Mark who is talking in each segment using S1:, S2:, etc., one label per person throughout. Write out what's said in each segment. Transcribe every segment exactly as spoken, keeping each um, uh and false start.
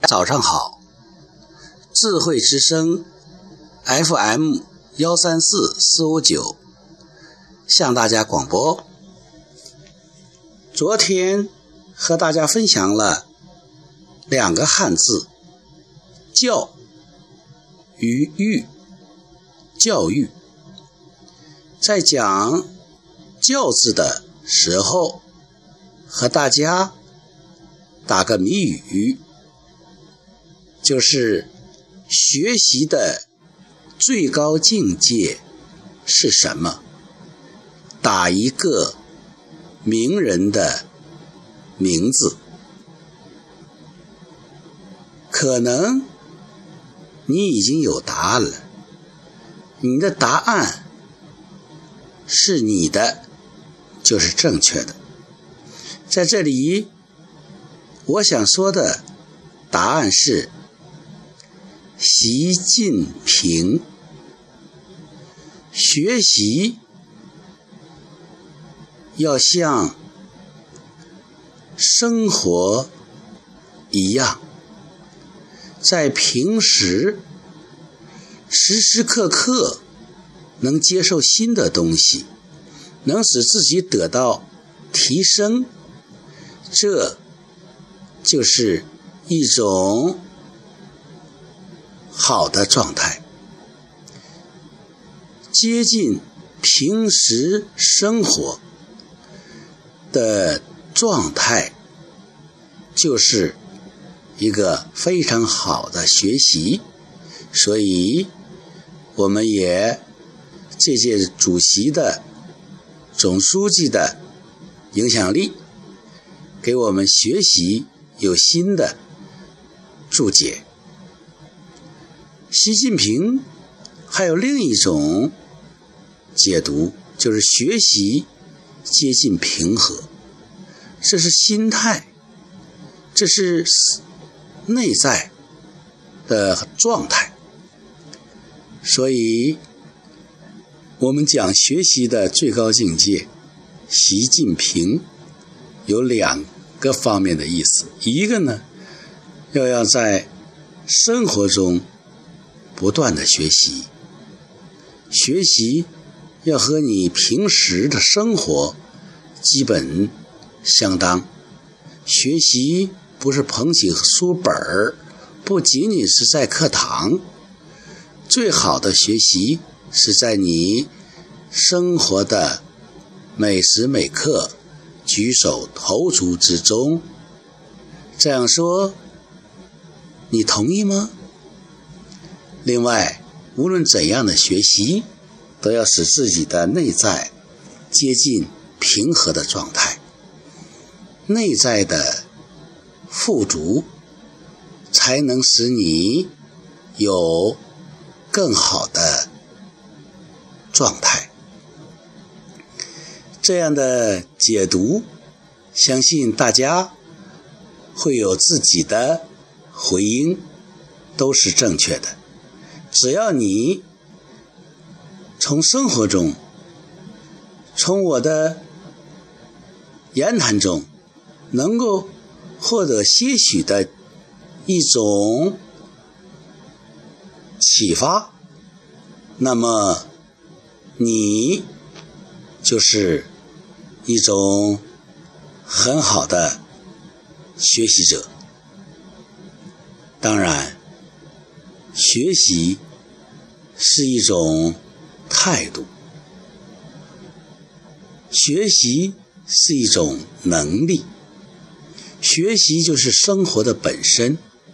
S1: 早上好，智慧之声 F M 一三四四五九向大家广播。昨天和大家分享了两个汉字，教与育，教育。在讲教字的时候，和大家打个谜语，就是学习的最高境界是什么？打一个名人的名字。可能你已经有答案了，你的答案是你的，就是正确的。在这里我想说的答案是习近平。学习要像生活一样，在平时时时刻刻能接受新的东西，能使自己得到提升，这就是一种好的状态。接近平时生活的状态，就是一个非常好的学习。所以我们也借鉴主席的、总书记的影响力，给我们学习有新的注解。习近平还有另一种解读，就是学习接近平和，这是心态，这是内在的状态。所以我们讲学习的最高境界，习近平有两个方面的意思。一个呢，要要在生活中不断的学习，学习要和你平时的生活基本相当。学习不是捧起书本儿，不仅仅是在课堂，最好的学习是在你生活的每时每刻，举手投足之中。这样说，你同意吗？另外，无论怎样的学习，都要使自己的内在接近平和的状态，内在的富足才能使你有更好的状态。这样的解读，相信大家会有自己的回应，都是正确的。只要你从生活中，从我的言谈中，能够获得些许的一种启发，那么你就是一种很好的学习者。当然，学习是一种态度，学习是一种能力，学习就是生活的本身。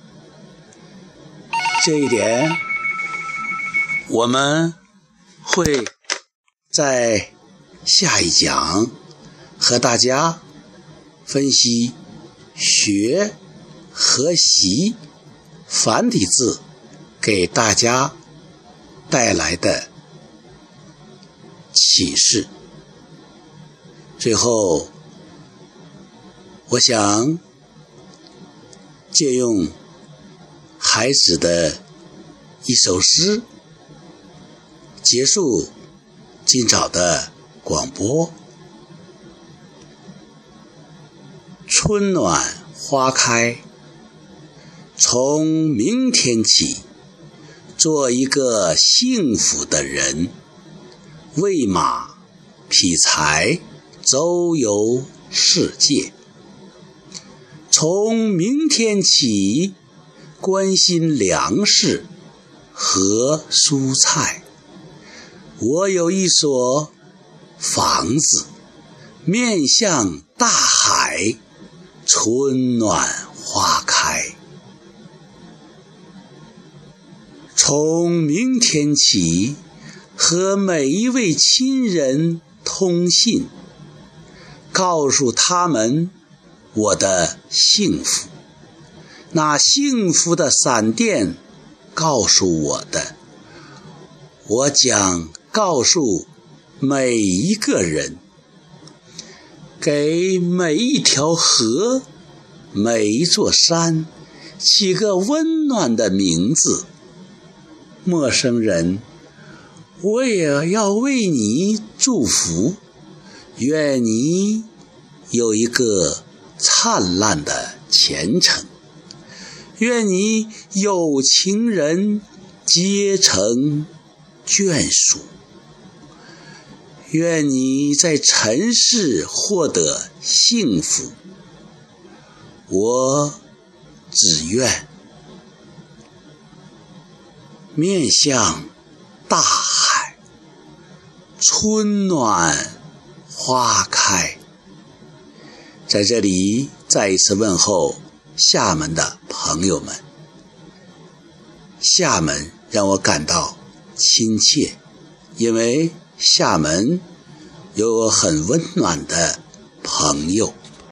S1: 这一点我们会在下一讲和大家分析学和习繁体字给大家带来的启示。最后，我想借用孩子的一首诗结束今早的广播。春暖花开， 从明天起，做一个幸福的人，喂马劈柴，周游世界。从明天起，关心粮食和蔬菜。我有一所房子，面向大海，春暖花开。从明天起，和每一位亲人通信，告诉他们我的幸福。那幸福的闪电告诉我的，我将告诉每一个人，给每一条河、每一座山起个温暖的名字。陌生人，我也要为你祝福，愿你有一个灿烂的前程，愿你有情人结成眷属，愿你在尘世获得幸福。我只愿面向大海，春暖花开。在这里再一次问候厦门的朋友们，厦门让我感到亲切，因为厦门有我很温暖的朋友。